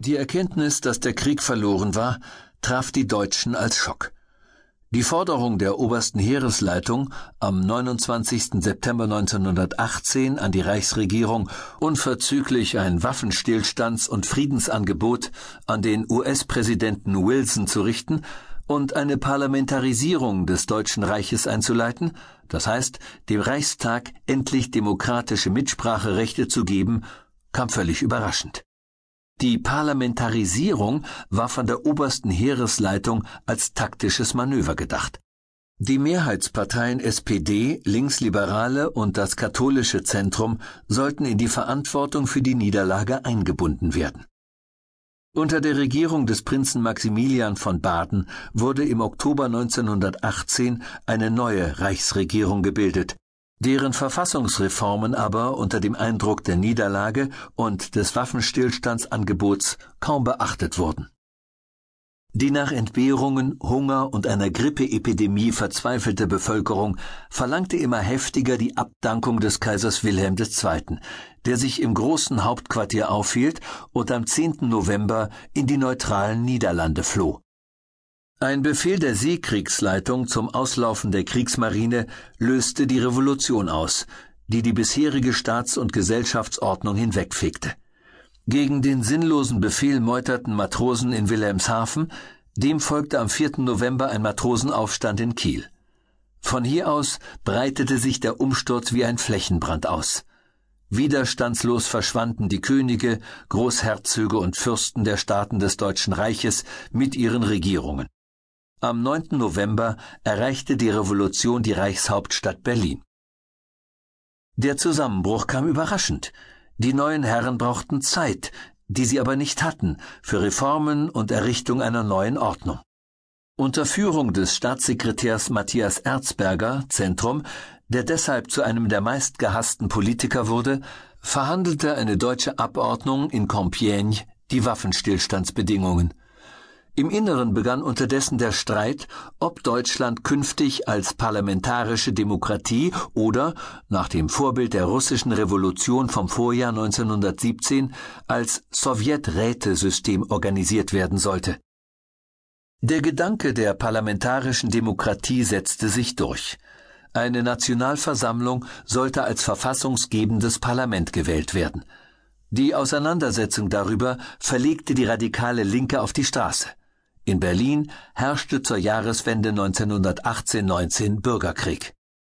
Die Erkenntnis, dass der Krieg verloren war, traf die Deutschen als Schock. Die Forderung der obersten Heeresleitung am 29. September 1918 an die Reichsregierung, unverzüglich ein Waffenstillstands- und Friedensangebot an den US-Präsidenten Wilson zu richten und eine Parlamentarisierung des Deutschen Reiches einzuleiten, das heißt, dem Reichstag endlich demokratische Mitspracherechte zu geben, kam völlig überraschend. Die Parlamentarisierung war von der obersten Heeresleitung als taktisches Manöver gedacht. Die Mehrheitsparteien SPD, Linksliberale und das katholische Zentrum sollten in die Verantwortung für die Niederlage eingebunden werden. Unter der Regierung des Prinzen Maximilian von Baden wurde im Oktober 1918 eine neue Reichsregierung gebildet, deren Verfassungsreformen aber unter dem Eindruck der Niederlage und des Waffenstillstandsangebots kaum beachtet wurden. Die nach Entbehrungen, Hunger und einer Grippeepidemie verzweifelte Bevölkerung verlangte immer heftiger die Abdankung des Kaisers Wilhelm II., der sich im großen Hauptquartier aufhielt und am 10. November in die neutralen Niederlande floh. Ein Befehl der Seekriegsleitung zum Auslaufen der Kriegsmarine löste die Revolution aus, die die bisherige Staats- und Gesellschaftsordnung hinwegfegte. Gegen den sinnlosen Befehl meuterten Matrosen in Wilhelmshaven, dem folgte am 4. November ein Matrosenaufstand in Kiel. Von hier aus breitete sich der Umsturz wie ein Flächenbrand aus. Widerstandslos verschwanden die Könige, Großherzöge und Fürsten der Staaten des Deutschen Reiches mit ihren Regierungen. Am 9. November erreichte die Revolution die Reichshauptstadt Berlin. Der Zusammenbruch kam überraschend. Die neuen Herren brauchten Zeit, die sie aber nicht hatten, für Reformen und Errichtung einer neuen Ordnung. Unter Führung des Staatssekretärs Matthias Erzberger, Zentrum, der deshalb zu einem der meistgehassten Politiker wurde, verhandelte eine deutsche Abordnung in Compiègne die Waffenstillstandsbedingungen. Im Inneren begann unterdessen der Streit, ob Deutschland künftig als parlamentarische Demokratie oder, nach dem Vorbild der russischen Revolution vom Vorjahr 1917, als Sowjeträtesystem organisiert werden sollte. Der Gedanke der parlamentarischen Demokratie setzte sich durch. Eine Nationalversammlung sollte als verfassungsgebendes Parlament gewählt werden. Die Auseinandersetzung darüber verlegte die radikale Linke auf die Straße. In Berlin herrschte zur Jahreswende 1918-19 Bürgerkrieg.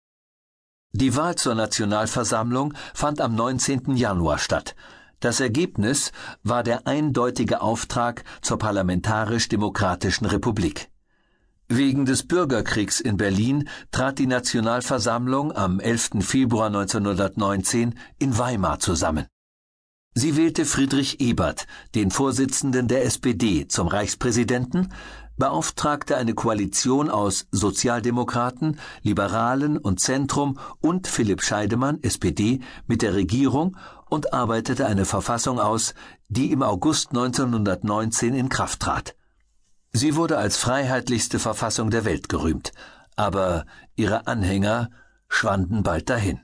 Die Wahl zur Nationalversammlung fand am 19. Januar statt. Das Ergebnis war der eindeutige Auftrag zur parlamentarisch-demokratischen Republik. Wegen des Bürgerkriegs in Berlin trat die Nationalversammlung am 11. Februar 1919 in Weimar zusammen. Sie wählte Friedrich Ebert, den Vorsitzenden der SPD, zum Reichspräsidenten, beauftragte eine Koalition aus Sozialdemokraten, Liberalen und Zentrum und Philipp Scheidemann, SPD, mit der Regierung und arbeitete eine Verfassung aus, die im August 1919 in Kraft trat. Sie wurde als freiheitlichste Verfassung der Welt gerühmt, aber ihre Anhänger schwanden bald dahin.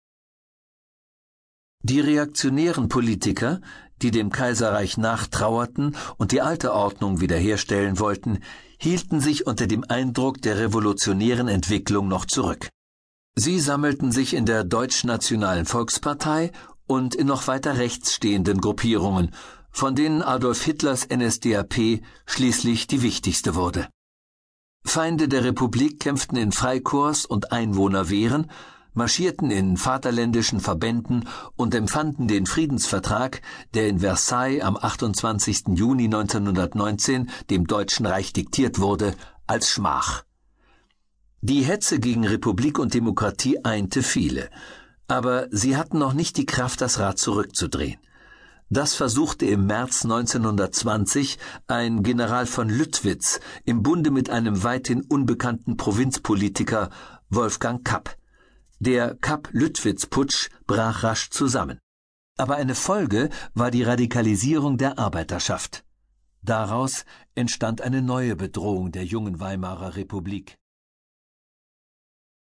Die reaktionären Politiker, die dem Kaiserreich nachtrauerten und die alte Ordnung wiederherstellen wollten, hielten sich unter dem Eindruck der revolutionären Entwicklung noch zurück. Sie sammelten sich in der Deutschnationalen Volkspartei und in noch weiter rechts stehenden Gruppierungen, von denen Adolf Hitlers NSDAP schließlich die wichtigste wurde. Feinde der Republik kämpften in Freikorps und Einwohnerwehren, marschierten in vaterländischen Verbänden und empfanden den Friedensvertrag, der in Versailles am 28. Juni 1919 dem Deutschen Reich diktiert wurde, als Schmach. Die Hetze gegen Republik und Demokratie einte viele, aber sie hatten noch nicht die Kraft, das Rad zurückzudrehen. Das versuchte im März 1920 ein General von Lüttwitz im Bunde mit einem weithin unbekannten Provinzpolitiker Wolfgang Kapp. Der Kapp-Lüttwitz-Putsch brach rasch zusammen. Aber eine Folge war die Radikalisierung der Arbeiterschaft. Daraus entstand eine neue Bedrohung der jungen Weimarer Republik.